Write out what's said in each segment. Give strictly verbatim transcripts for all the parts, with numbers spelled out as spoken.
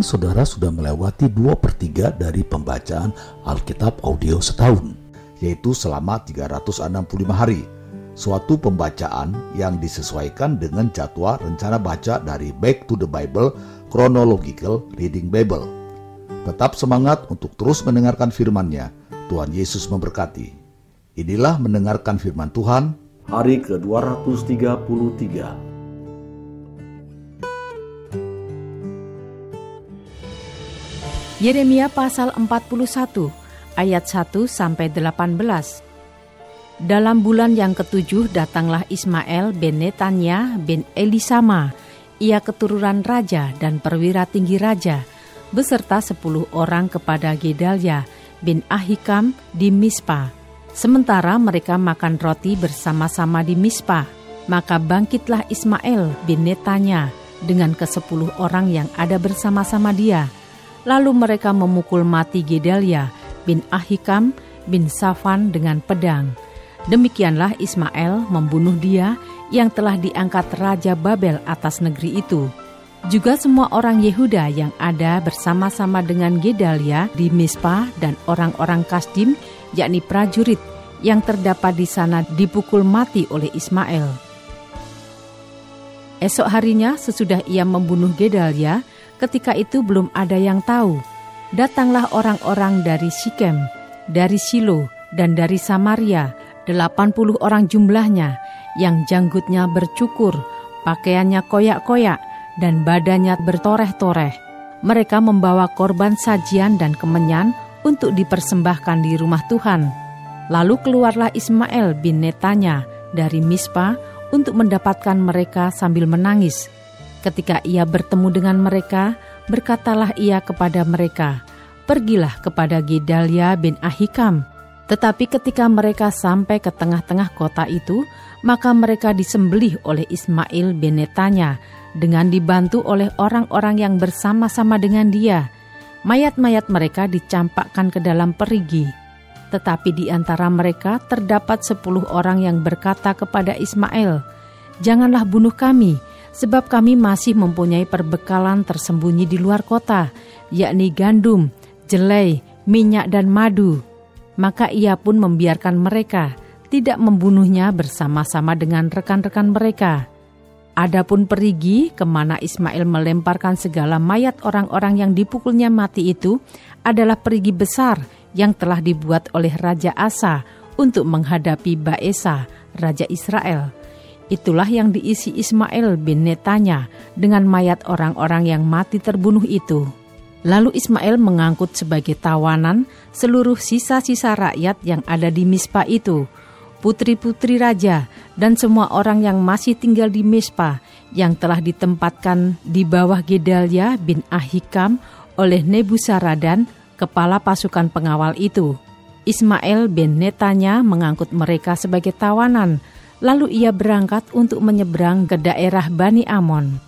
Mungkin saudara sudah melewati dua per tiga dari pembacaan Alkitab audio setahun, yaitu selama tiga ratus enam puluh lima hari. Suatu pembacaan yang disesuaikan dengan jadwal rencana baca dari Back to the Bible Chronological Reading Bible. Tetap semangat untuk terus mendengarkan firman-Nya. Tuhan Yesus memberkati. Inilah mendengarkan firman Tuhan, hari ke dua ratus tiga puluh tiga. Yeremia pasal empat puluh satu, ayat satu sampai delapan belas. Dalam bulan yang ketujuh datanglah Ismael bin Netanya bin Elisama, ia keturunan raja dan perwira tinggi raja, beserta sepuluh orang kepada Gedalia bin Ahikam di Mispa. Sementara mereka makan roti bersama-sama di Mispa, maka bangkitlah Ismael bin Netanya dengan kesepuluh orang yang ada bersama-sama dia. Lalu mereka memukul mati Gedalia bin Ahikam bin Safan dengan pedang. Demikianlah Ismael membunuh dia yang telah diangkat Raja Babel atas negeri itu. Juga semua orang Yehuda yang ada bersama-sama dengan Gedalia di Mispa dan orang-orang Kasdim, yakni prajurit yang terdapat di sana, dipukul mati oleh Ismael. Esok harinya sesudah ia membunuh Gedalia, ketika itu belum ada yang tahu, datanglah orang-orang dari Sikem, dari Silo, dan dari Samaria, delapan puluh orang jumlahnya, yang janggutnya bercukur, pakaiannya koyak-koyak, dan badannya bertoreh-toreh. Mereka membawa korban sajian dan kemenyan untuk dipersembahkan di rumah Tuhan. Lalu keluarlah Ismael bin Netanya dari Mispa untuk mendapatkan mereka sambil menangis. Ketika ia bertemu dengan mereka, berkatalah ia kepada mereka, "Pergilah kepada Gedalia bin Ahikam." Tetapi ketika mereka sampai ke tengah-tengah kota itu, maka mereka disembelih oleh Ismael bin Netanya dengan dibantu oleh orang-orang yang bersama-sama dengan dia. Mayat-mayat mereka dicampakkan ke dalam perigi. Tetapi di antara mereka terdapat sepuluh orang yang berkata kepada Ismael, "Janganlah bunuh kami, sebab kami masih mempunyai perbekalan tersembunyi di luar kota, yakni gandum, jelai, minyak, dan madu." Maka ia pun membiarkan mereka, tidak membunuhnya bersama-sama dengan rekan-rekan mereka. Adapun perigi kemana Ismael melemparkan segala mayat orang-orang yang dipukulnya mati itu adalah perigi besar yang telah dibuat oleh Raja Asa untuk menghadapi Baesa, Raja Israel. Itulah yang diisi Ismael bin Netanya dengan mayat orang-orang yang mati terbunuh itu. Lalu Ismael mengangkut sebagai tawanan seluruh sisa-sisa rakyat yang ada di Mispa itu, putri-putri raja dan semua orang yang masih tinggal di Mispa yang telah ditempatkan di bawah Gedalia bin Ahikam oleh Nebuzaradan, kepala pasukan pengawal itu. Ismael bin Netanya mengangkut mereka sebagai tawanan, lalu ia berangkat untuk menyeberang ke daerah Bani Amon.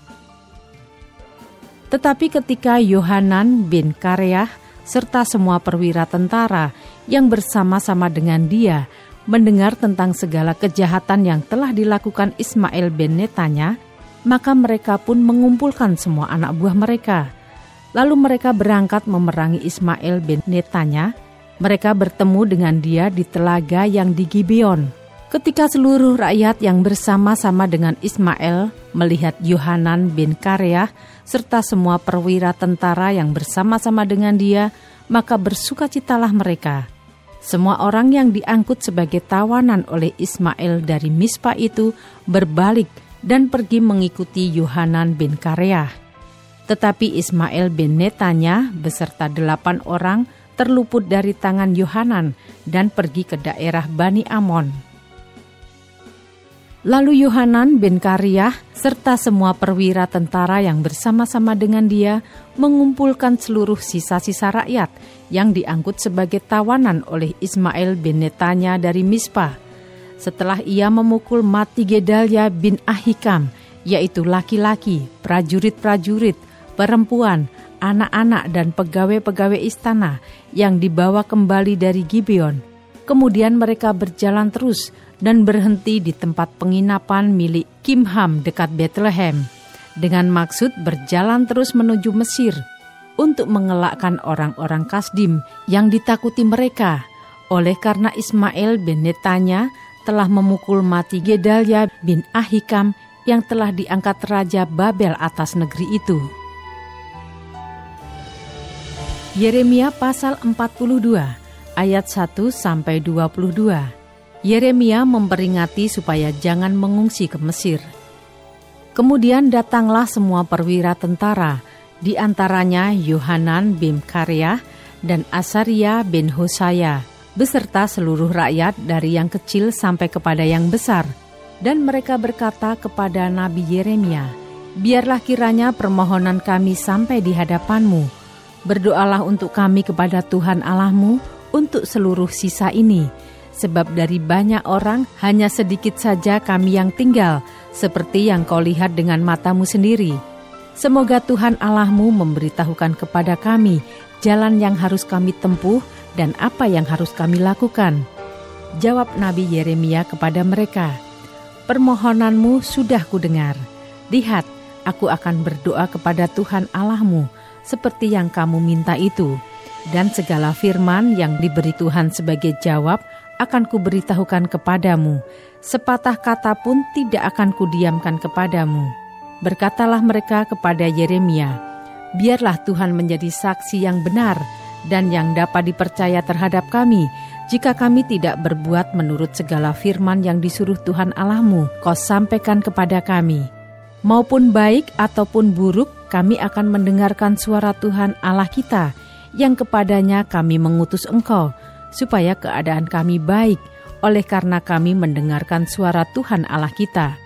Tetapi ketika Yohanan bin Kareah serta semua perwira tentara yang bersama-sama dengan dia mendengar tentang segala kejahatan yang telah dilakukan Ismael bin Netanya, maka mereka pun mengumpulkan semua anak buah mereka. Lalu mereka berangkat memerangi Ismael bin Netanya. Mereka bertemu dengan dia di telaga yang di Gibeon. Ketika seluruh rakyat yang bersama-sama dengan Ismael melihat Yohanan bin Kareah serta semua perwira tentara yang bersama-sama dengan dia, maka bersukacitalah mereka. Semua orang yang diangkut sebagai tawanan oleh Ismael dari Mispa itu berbalik dan pergi mengikuti Yohanan bin Kareah. Tetapi Ismael bin Netanya beserta delapan orang terluput dari tangan Yohanan dan pergi ke daerah Bani Amon. Lalu Yohanan bin Kareah serta semua perwira tentara yang bersama-sama dengan dia mengumpulkan seluruh sisa-sisa rakyat yang diangkut sebagai tawanan oleh Ismael bin Netanya dari Mispa. Setelah ia memukul mati Gedalia bin Ahikam, yaitu laki-laki, prajurit-prajurit, perempuan, anak-anak dan pegawai-pegawai istana yang dibawa kembali dari Gibeon. Kemudian mereka berjalan terus dan berhenti di tempat penginapan milik Kimham dekat Bethlehem, dengan maksud berjalan terus menuju Mesir. untuk mengelakkan orang-orang Kasdim yang ditakuti mereka. Oleh karena Ismail bin Netanya telah memukul mati Gedalia bin Ahikam yang telah diangkat Raja Babel atas negeri itu. Yeremia pasal empat puluh dua ayat satu sampai dua puluh dua. Yeremia memperingati supaya jangan mengungsi ke Mesir. Kemudian datanglah semua perwira tentara, di antaranya Yohanan bin Kareah dan Asaria bin Hosaya, beserta seluruh rakyat dari yang kecil sampai kepada yang besar. Dan mereka berkata kepada Nabi Yeremia, "Biarlah kiranya permohonan kami sampai di hadapanmu. Berdoalah untuk kami kepada Tuhan Allahmu untuk seluruh sisa ini, sebab dari banyak orang hanya sedikit saja kami yang tinggal, seperti yang kau lihat dengan matamu sendiri. Semoga Tuhan Allahmu memberitahukan kepada kami jalan yang harus kami tempuh dan apa yang harus kami lakukan." Jawab Nabi Yeremia kepada mereka, "Permohonanmu sudah kudengar. Lihat, aku akan berdoa kepada Tuhan Allahmu, seperti yang kamu minta itu, dan segala firman yang diberi Tuhan sebagai jawab akan kuberitahukan kepadamu. Sepatah kata pun tidak akan kudiamkan kepadamu." Berkatalah mereka kepada Yeremia, "Biarlah Tuhan menjadi saksi yang benar dan yang dapat dipercaya terhadap kami, jika kami tidak berbuat menurut segala firman yang disuruh Tuhan Allahmu kau sampaikan kepada kami. Maupun baik ataupun buruk, kami akan mendengarkan suara Tuhan Allah kita, yang kepadanya kami mengutus engkau, supaya keadaan kami baik, oleh karena kami mendengarkan suara Tuhan Allah kita."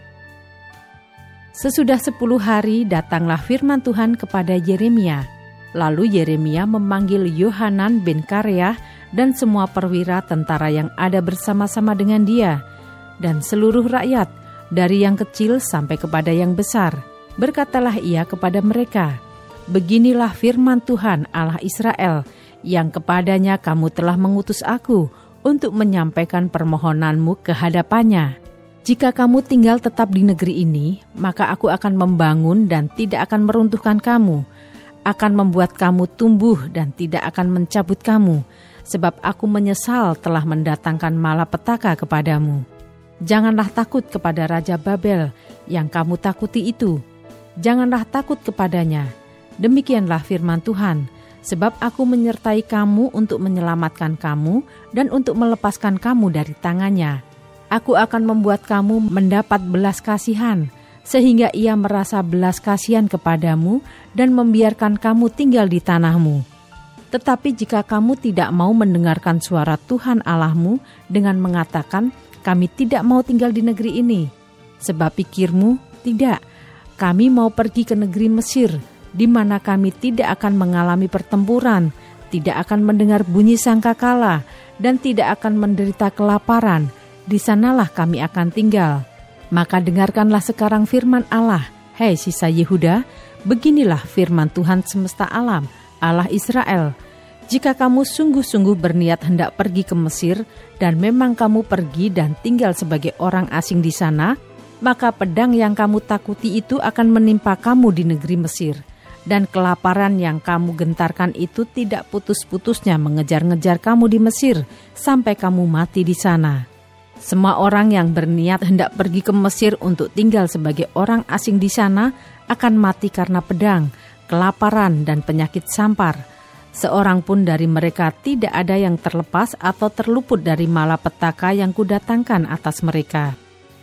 Sesudah sepuluh hari datanglah firman Tuhan kepada Yeremia. Lalu Yeremia memanggil Yohanan bin Kareah dan semua perwira tentara yang ada bersama-sama dengan dia, dan seluruh rakyat, dari yang kecil sampai kepada yang besar. Berkatalah ia kepada mereka, "Beginilah firman Tuhan Allah Israel, yang kepadanya kamu telah mengutus aku untuk menyampaikan permohonanmu ke hadapannya. Jika kamu tinggal tetap di negeri ini, maka aku akan membangun dan tidak akan meruntuhkan kamu, akan membuat kamu tumbuh dan tidak akan mencabut kamu, sebab aku menyesal telah mendatangkan malapetaka kepadamu. Janganlah takut kepada Raja Babel yang kamu takuti itu. Janganlah takut kepadanya. Demikianlah firman Tuhan, sebab aku menyertai kamu untuk menyelamatkan kamu dan untuk melepaskan kamu dari tangannya. Aku akan membuat kamu mendapat belas kasihan, sehingga ia merasa belas kasihan kepadamu dan membiarkan kamu tinggal di tanahmu. Tetapi jika kamu tidak mau mendengarkan suara Tuhan Allahmu dengan mengatakan, 'Kami tidak mau tinggal di negeri ini,' sebab pikirmu, 'Tidak, kami mau pergi ke negeri Mesir, di mana kami tidak akan mengalami pertempuran, tidak akan mendengar bunyi sangkakala, dan tidak akan menderita kelaparan. Di sanalah kami akan tinggal.' Maka dengarkanlah sekarang firman Allah, hei sisa Yehuda, beginilah firman Tuhan semesta alam, Allah Israel. Jika kamu sungguh-sungguh berniat hendak pergi ke Mesir, dan memang kamu pergi dan tinggal sebagai orang asing di sana, maka pedang yang kamu takuti itu akan menimpa kamu di negeri Mesir, dan kelaparan yang kamu gentarkan itu tidak putus-putusnya mengejar-ngejar kamu di Mesir, sampai kamu mati di sana. Semua orang yang berniat hendak pergi ke Mesir untuk tinggal sebagai orang asing di sana akan mati karena pedang, kelaparan, dan penyakit sampar. Seorang pun dari mereka tidak ada yang terlepas atau terluput dari malapetaka yang kudatangkan atas mereka.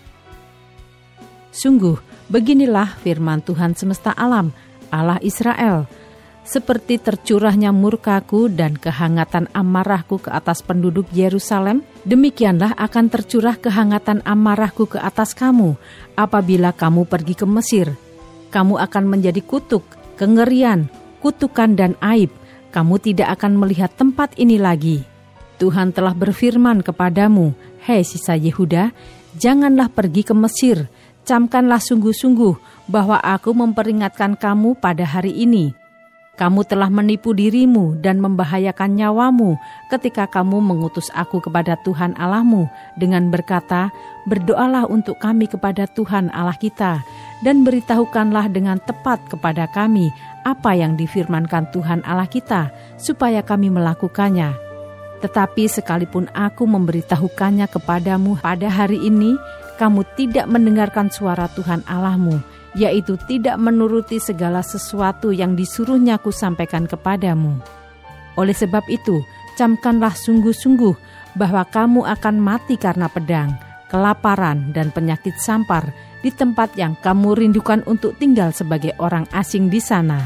Sungguh, beginilah firman Tuhan semesta alam, Allah Israel. Seperti tercurahnya murkaku dan kehangatan amarahku ke atas penduduk Yerusalem, demikianlah akan tercurah kehangatan amarahku ke atas kamu apabila kamu pergi ke Mesir. Kamu akan menjadi kutuk, kengerian, kutukan dan aib. Kamu tidak akan melihat tempat ini lagi. Tuhan telah berfirman kepadamu, hei sisa Yehuda, janganlah pergi ke Mesir. Camkanlah sungguh-sungguh bahwa aku memperingatkan kamu pada hari ini. Kamu telah menipu dirimu dan membahayakan nyawamu ketika kamu mengutus aku kepada Tuhan Allahmu dengan berkata, berdoalah untuk kami kepada Tuhan Allah kita, dan beritahukanlah dengan tepat kepada kami apa yang difirmankan Tuhan Allah kita, supaya kami melakukannya. Tetapi sekalipun aku memberitahukannya kepadamu pada hari ini, kamu tidak mendengarkan suara Tuhan Allahmu, yaitu tidak menuruti segala sesuatu yang disuruhnya ku sampaikan kepadamu. Oleh sebab itu, camkanlah sungguh-sungguh bahwa kamu akan mati karena pedang, kelaparan, dan penyakit sampar di tempat yang kamu rindukan untuk tinggal sebagai orang asing di sana.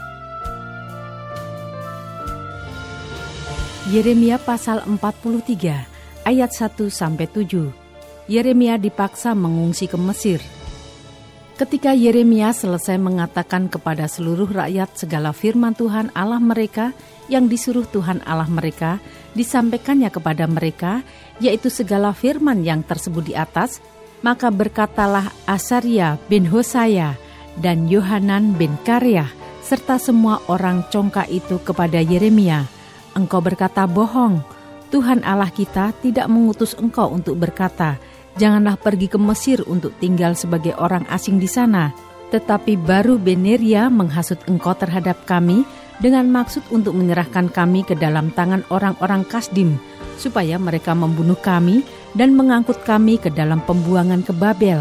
Yeremia pasal empat puluh tiga ayat satu sampai tujuh. Yeremia dipaksa mengungsi ke Mesir. Ketika Yeremia selesai mengatakan kepada seluruh rakyat segala firman Tuhan Allah mereka yang disuruh Tuhan Allah mereka, disampaikannya kepada mereka, yaitu segala firman yang tersebut di atas, maka berkatalah Asaria bin Hosaya dan Yohanan bin Kareah serta semua orang congkak itu kepada Yeremia, "Engkau berkata bohong. Tuhan Allah kita tidak mengutus engkau untuk berkata, janganlah pergi ke Mesir untuk tinggal sebagai orang asing di sana. Tetapi baru Beneria menghasut engkau terhadap kami dengan maksud untuk menyerahkan kami ke dalam tangan orang-orang Kasdim, supaya mereka membunuh kami dan mengangkut kami ke dalam pembuangan ke Babel."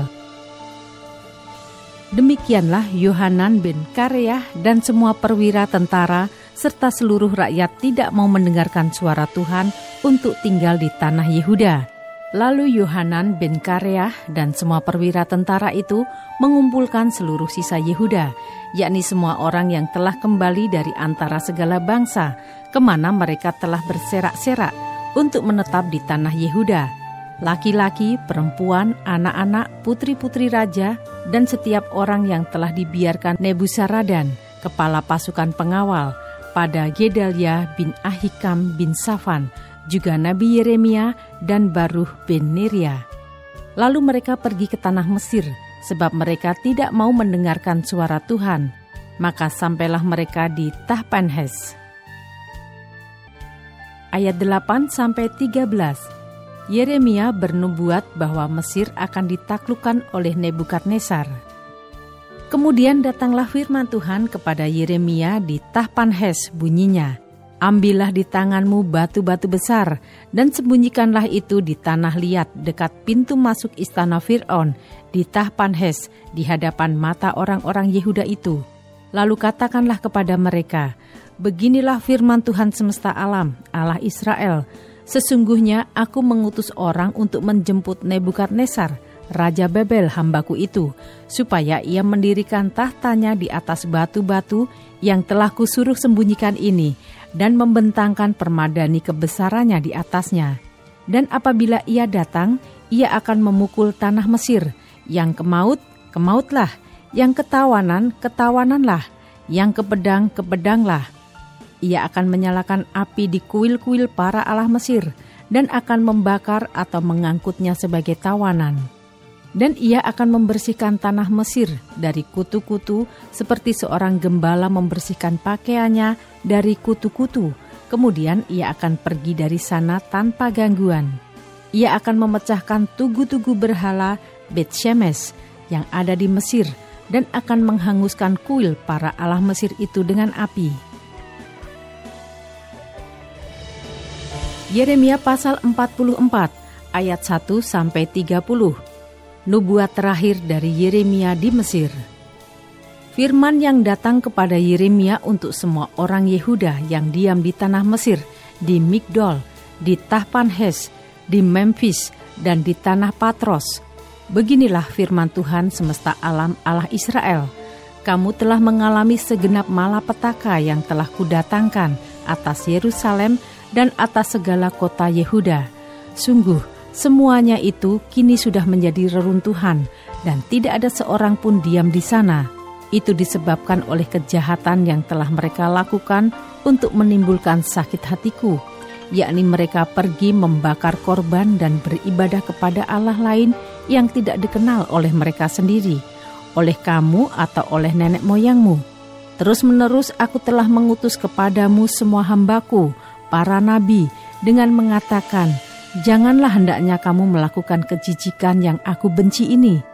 Demikianlah Yohanan bin Kareah dan semua perwira tentara serta seluruh rakyat tidak mau mendengarkan suara Tuhan untuk tinggal di tanah Yehuda. Lalu Yohanan bin Kareah dan semua perwira tentara itu mengumpulkan seluruh sisa Yehuda, yakni semua orang yang telah kembali dari antara segala bangsa, kemana mereka telah berserak-serak untuk menetap di tanah Yehuda. Laki-laki, perempuan, anak-anak, putri-putri raja, dan setiap orang yang telah dibiarkan Nebuzaradan, kepala pasukan pengawal, pada Gedalia bin Ahikam bin Safan, juga Nabi Yeremia dan Baruh bin Neria. Lalu mereka pergi ke tanah Mesir, sebab mereka tidak mau mendengarkan suara Tuhan. Maka sampailah mereka di Tahpanhes. Ayat delapan sampai tiga belas. Yeremia bernubuat bahwa Mesir akan ditaklukkan oleh Nebukadnezar. Kemudian datanglah firman Tuhan kepada Yeremia di Tahpanhes, bunyinya, "Ambillah di tanganmu batu-batu besar dan sembunyikanlah itu di tanah liat dekat pintu masuk istana Fir'aun di Tahpanhes di hadapan mata orang-orang Yehuda itu. Lalu katakanlah kepada mereka, beginilah firman Tuhan semesta alam, Allah Israel, sesungguhnya aku mengutus orang untuk menjemput Nebukadnezar, Raja Babel hambaku itu, supaya ia mendirikan tahtanya di atas batu-batu yang telah kusuruh sembunyikan ini, dan membentangkan permadani kebesarannya di atasnya. Dan apabila ia datang, ia akan memukul tanah Mesir, yang kemaut, kemautlah, yang ketawanan, ketawananlah, yang kepedang, kepedanglah. Ia akan menyalakan api di kuil-kuil para allah Mesir, dan akan membakar atau mengangkutnya sebagai tawanan. Dan ia akan membersihkan tanah Mesir dari kutu-kutu seperti seorang gembala membersihkan pakaiannya dari kutu-kutu. Kemudian ia akan pergi dari sana tanpa gangguan. Ia akan memecahkan tugu-tugu berhala Bet-Shemesh yang ada di Mesir dan akan menghanguskan kuil para allah Mesir itu dengan api. Yeremia pasal empat puluh empat ayat satu sampai tiga puluh. Nubuat terakhir dari Yeremia di Mesir. Firman yang datang kepada Yeremia untuk semua orang Yehuda yang diam di tanah Mesir, di Migdol, di Tahpanhes, di Memphis, dan di tanah Patros. Beginilah firman Tuhan semesta alam Allah Israel. Kamu telah mengalami segenap malapetaka yang telah kudatangkan atas Yerusalem dan atas segala kota Yehuda. Sungguh, semuanya itu kini sudah menjadi reruntuhan dan tidak ada seorang pun diam di sana. Itu disebabkan oleh kejahatan yang telah mereka lakukan untuk menimbulkan sakit hatiku, yakni mereka pergi membakar korban dan beribadah kepada Allah lain yang tidak dikenal oleh mereka sendiri, oleh kamu atau oleh nenek moyangmu. Terus-menerus aku telah mengutus kepadamu semua hambaku, para nabi, dengan mengatakan, janganlah hendaknya kamu melakukan kejijikan yang aku benci ini.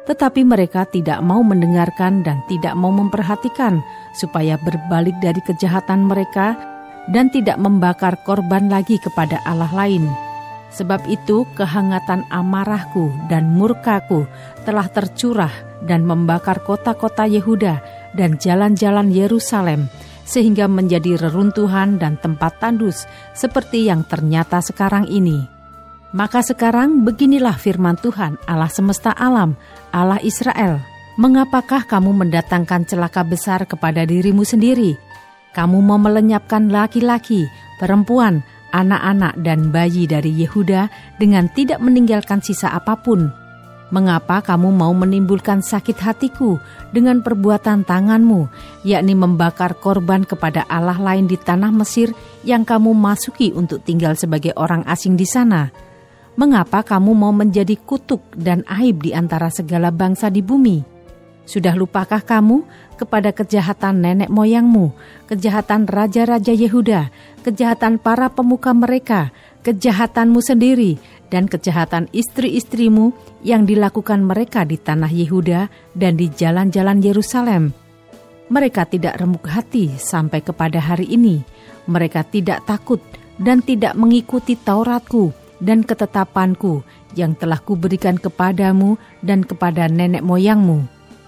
Tetapi mereka tidak mau mendengarkan dan tidak mau memperhatikan supaya berbalik dari kejahatan mereka dan tidak membakar korban lagi kepada Allah lain. Sebab itu kehangatan amarahku dan murkaku telah tercurah dan membakar kota-kota Yehuda dan jalan-jalan Yerusalem, sehingga menjadi reruntuhan dan tempat tandus seperti yang ternyata sekarang ini. Maka sekarang beginilah firman Tuhan Allah semesta alam, Allah Israel. Mengapakah kamu mendatangkan celaka besar kepada dirimu sendiri? Kamu mau melenyapkan laki-laki, perempuan, anak-anak dan bayi dari Yehuda dengan tidak meninggalkan sisa apapun. Mengapa kamu mau menimbulkan sakit hatiku dengan perbuatan tanganmu, yakni membakar korban kepada Allah lain di tanah Mesir yang kamu masuki untuk tinggal sebagai orang asing di sana? Mengapa kamu mau menjadi kutuk dan aib di antara segala bangsa di bumi? Sudah lupakah kamu kepada kejahatan nenek moyangmu, kejahatan raja-raja Yehuda, kejahatan para pemuka mereka, kejahatanmu sendiri, dan kejahatan istri-istrimu yang dilakukan mereka di tanah Yehuda dan di jalan-jalan Yerusalem? Mereka tidak remuk hati sampai kepada hari ini. Mereka tidak takut dan tidak mengikuti Tauratku dan ketetapanku yang telah kuberikan kepadamu dan kepada nenek moyangmu.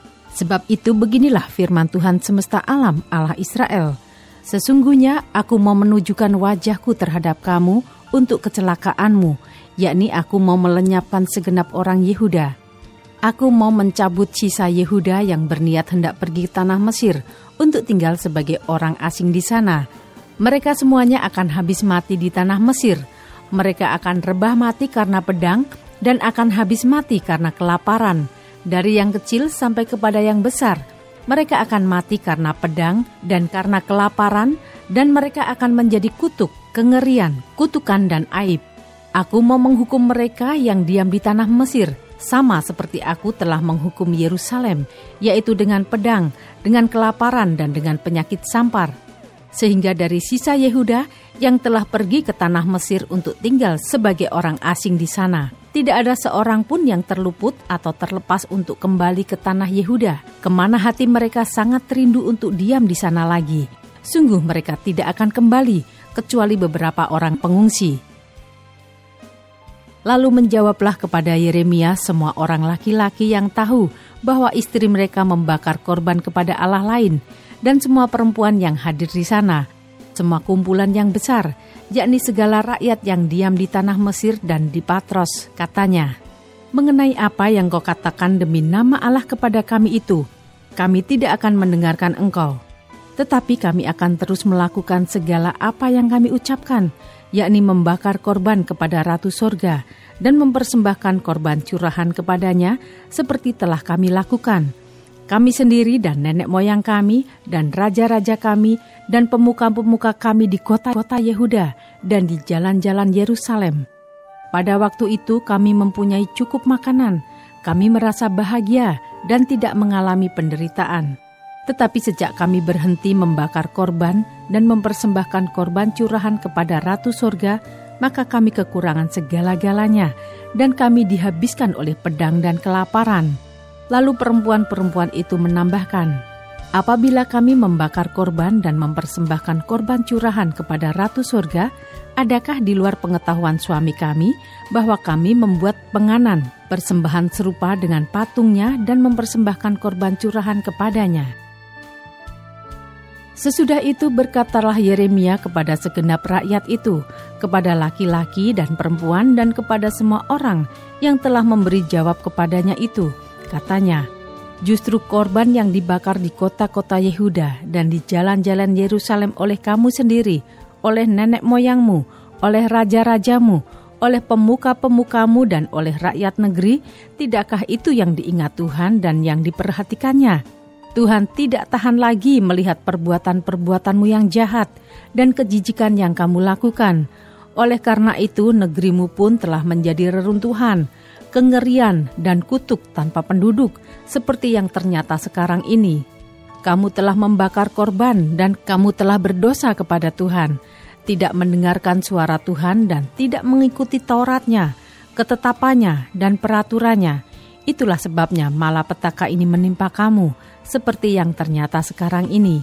Sebab itu beginilah firman Tuhan semesta alam, Allah Israel. Sesungguhnya aku mau menunjukkan wajahku terhadap kamu untuk kecelakaanmu, yakni aku mau melenyapkan segenap orang Yehuda. Aku mau mencabut sisa Yehuda yang berniat hendak pergi ke tanah Mesir untuk tinggal sebagai orang asing di sana. Mereka semuanya akan habis mati di tanah Mesir. Mereka akan rebah mati karena pedang dan akan habis mati karena kelaparan. Dari yang kecil sampai kepada yang besar, mereka akan mati karena pedang dan karena kelaparan, dan mereka akan menjadi kutuk, kengerian, kutukan dan aib. Aku mau menghukum mereka yang diam di tanah Mesir, sama seperti aku telah menghukum Yerusalem, yaitu dengan pedang, dengan kelaparan dan dengan penyakit sampar. Sehingga dari sisa Yehuda yang telah pergi ke tanah Mesir untuk tinggal sebagai orang asing di sana, tidak ada seorang pun yang terluput atau terlepas untuk kembali ke tanah Yehuda, kemana hati mereka sangat rindu untuk diam di sana lagi. Sungguh mereka tidak akan kembali, kecuali beberapa orang pengungsi. Lalu menjawablah kepada Yeremia semua orang laki-laki yang tahu bahwa istri mereka membakar korban kepada Allah lain, dan semua perempuan yang hadir di sana, semua kumpulan yang besar, yakni segala rakyat yang diam di tanah Mesir dan di Patros, katanya, mengenai apa yang kau katakan demi nama Allah kepada kami itu, kami tidak akan mendengarkan engkau. Tetapi kami akan terus melakukan segala apa yang kami ucapkan, yakni membakar korban kepada Ratu Sorga dan mempersembahkan korban curahan kepadanya seperti telah kami lakukan. Kami sendiri dan nenek moyang kami dan raja-raja kami dan pemuka-pemuka kami di kota-kota Yehuda dan di jalan-jalan Yerusalem. Pada waktu itu kami mempunyai cukup makanan, kami merasa bahagia dan tidak mengalami penderitaan. Tetapi sejak kami berhenti membakar korban dan mempersembahkan korban curahan kepada Ratu Sorga, maka kami kekurangan segala-galanya dan kami dihabiskan oleh pedang dan kelaparan. Lalu perempuan-perempuan itu menambahkan, apabila kami membakar korban dan mempersembahkan korban curahan kepada Ratu Sorga, adakah di luar pengetahuan suami kami bahwa kami membuat penganan persembahan serupa dengan patungnya dan mempersembahkan korban curahan kepadanya? Sesudah itu berkatalah Yeremia kepada segenap rakyat itu, kepada laki-laki dan perempuan dan kepada semua orang yang telah memberi jawab kepadanya itu. Katanya, justru korban yang dibakar di kota-kota Yehuda dan di jalan-jalan Yerusalem oleh kamu sendiri, oleh nenek moyangmu, oleh raja-rajamu, oleh pemuka-pemukamu dan oleh rakyat negeri, tidakkah itu yang diingat Tuhan dan yang diperhatikannya? Tuhan tidak tahan lagi melihat perbuatan-perbuatanmu yang jahat dan kejijikan yang kamu lakukan. Oleh karena itu negerimu pun telah menjadi reruntuhan, kengerian dan kutuk tanpa penduduk, seperti yang ternyata sekarang ini. Kamu telah membakar korban dan kamu telah berdosa kepada Tuhan, tidak mendengarkan suara Tuhan dan tidak mengikuti Tauratnya, ketetapannya dan peraturannya. Itulah sebabnya malapetaka ini menimpa kamu, seperti yang ternyata sekarang ini.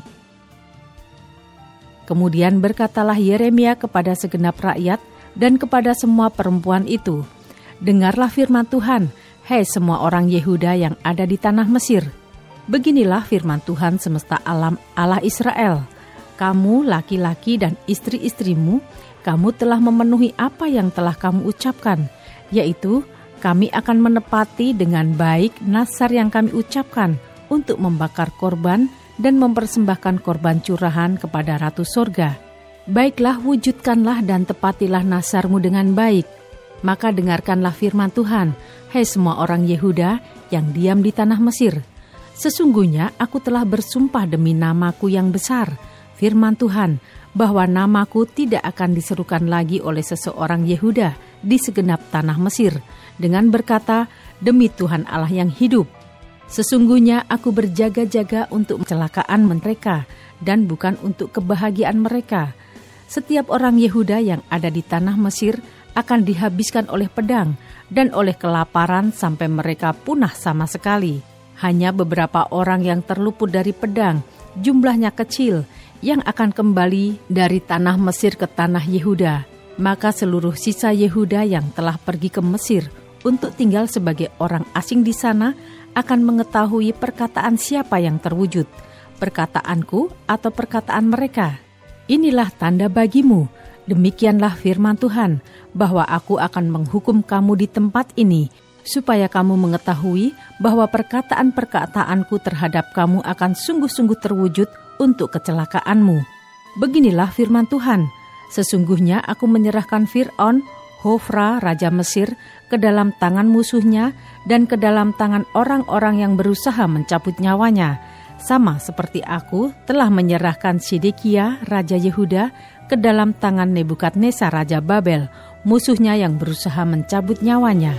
Kemudian berkatalah Yeremia kepada segenap rakyat dan kepada semua perempuan itu, dengarlah firman Tuhan, hai semua orang Yehuda yang ada di tanah Mesir. Beginilah firman Tuhan semesta alam Allah Israel. Kamu laki-laki dan istri-istrimu, kamu telah memenuhi apa yang telah kamu ucapkan, yaitu kami akan menepati dengan baik nazar yang kami ucapkan untuk membakar korban dan mempersembahkan korban curahan kepada Ratu Sorga. Baiklah, wujudkanlah dan tepatilah nazarmu dengan baik. Maka dengarkanlah firman Tuhan, hai semua orang Yehuda yang diam di tanah Mesir. Sesungguhnya aku telah bersumpah demi namaku yang besar, firman Tuhan, bahwa namaku tidak akan diserukan lagi oleh seseorang Yehuda di segenap tanah Mesir, dengan berkata, demi Tuhan Allah yang hidup. Sesungguhnya aku berjaga-jaga untuk kecelakaan mereka, dan bukan untuk kebahagiaan mereka. Setiap orang Yehuda yang ada di tanah Mesir akan dihabiskan oleh pedang, dan oleh kelaparan sampai mereka punah sama sekali. Hanya beberapa orang yang terluput dari pedang, jumlahnya kecil, yang akan kembali dari tanah Mesir ke tanah Yehuda. Maka seluruh sisa Yehuda yang telah pergi ke Mesir untuk tinggal sebagai orang asing di sana akan mengetahui perkataan siapa yang terwujud, perkataanku atau perkataan mereka. Inilah tanda bagimu, demikianlah firman Tuhan, bahwa aku akan menghukum kamu di tempat ini, supaya kamu mengetahui bahwa perkataan-perkataanku terhadap kamu akan sungguh-sungguh terwujud untuk kecelakaanmu. Beginilah firman Tuhan, sesungguhnya aku menyerahkan Fir'aun, Hofra, Raja Mesir, ke dalam tangan musuhnya dan ke dalam tangan orang-orang yang berusaha mencabut nyawanya, sama seperti aku telah menyerahkan Sedekia, Raja Yehuda, ke dalam tangan Nebukadnezar, Raja Babel, musuhnya yang berusaha mencabut nyawanya.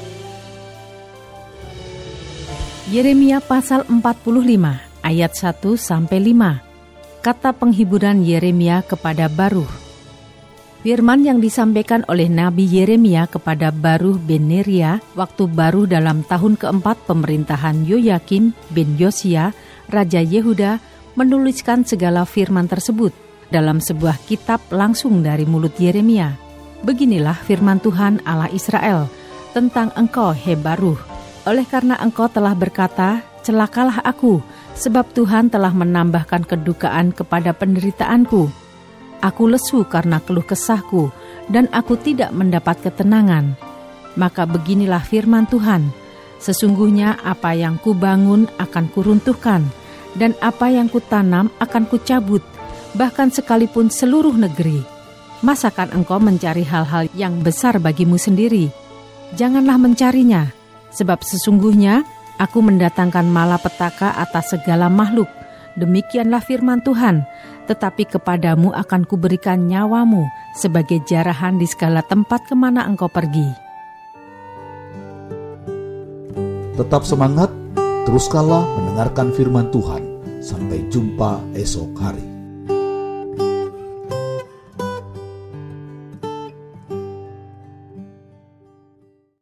Yeremia pasal empat puluh lima ayat satu sampai lima. Kata penghiburan Yeremia kepada Baruh. Firman yang disampaikan oleh Nabi Yeremia kepada Baruh bin Neria waktu Baruh dalam tahun keempat pemerintahan Yoyakim bin Yosia, Raja Yehuda, menuliskan segala firman tersebut dalam sebuah kitab langsung dari mulut Yeremia. Beginilah firman Tuhan Allah Israel tentang engkau, hai Baruh. Oleh karena engkau telah berkata, celakalah aku, sebab Tuhan telah menambahkan kedukaan kepada penderitaanku. Aku lesu karena keluh kesahku, dan aku tidak mendapat ketenangan. Maka beginilah firman Tuhan, sesungguhnya apa yang kubangun akan kuruntuhkan, dan apa yang kutanam akan kucabut, bahkan sekalipun seluruh negeri. Masakan engkau mencari hal-hal yang besar bagimu sendiri? Janganlah mencarinya. Sebab sesungguhnya aku mendatangkan malapetaka atas segala makhluk. Demikianlah firman Tuhan. Tetapi kepadamu akan kuberikan nyawamu sebagai jarahan di segala tempat kemana engkau pergi. Tetap semangat, teruskanlah mendengarkan firman Tuhan. Sampai jumpa esok hari.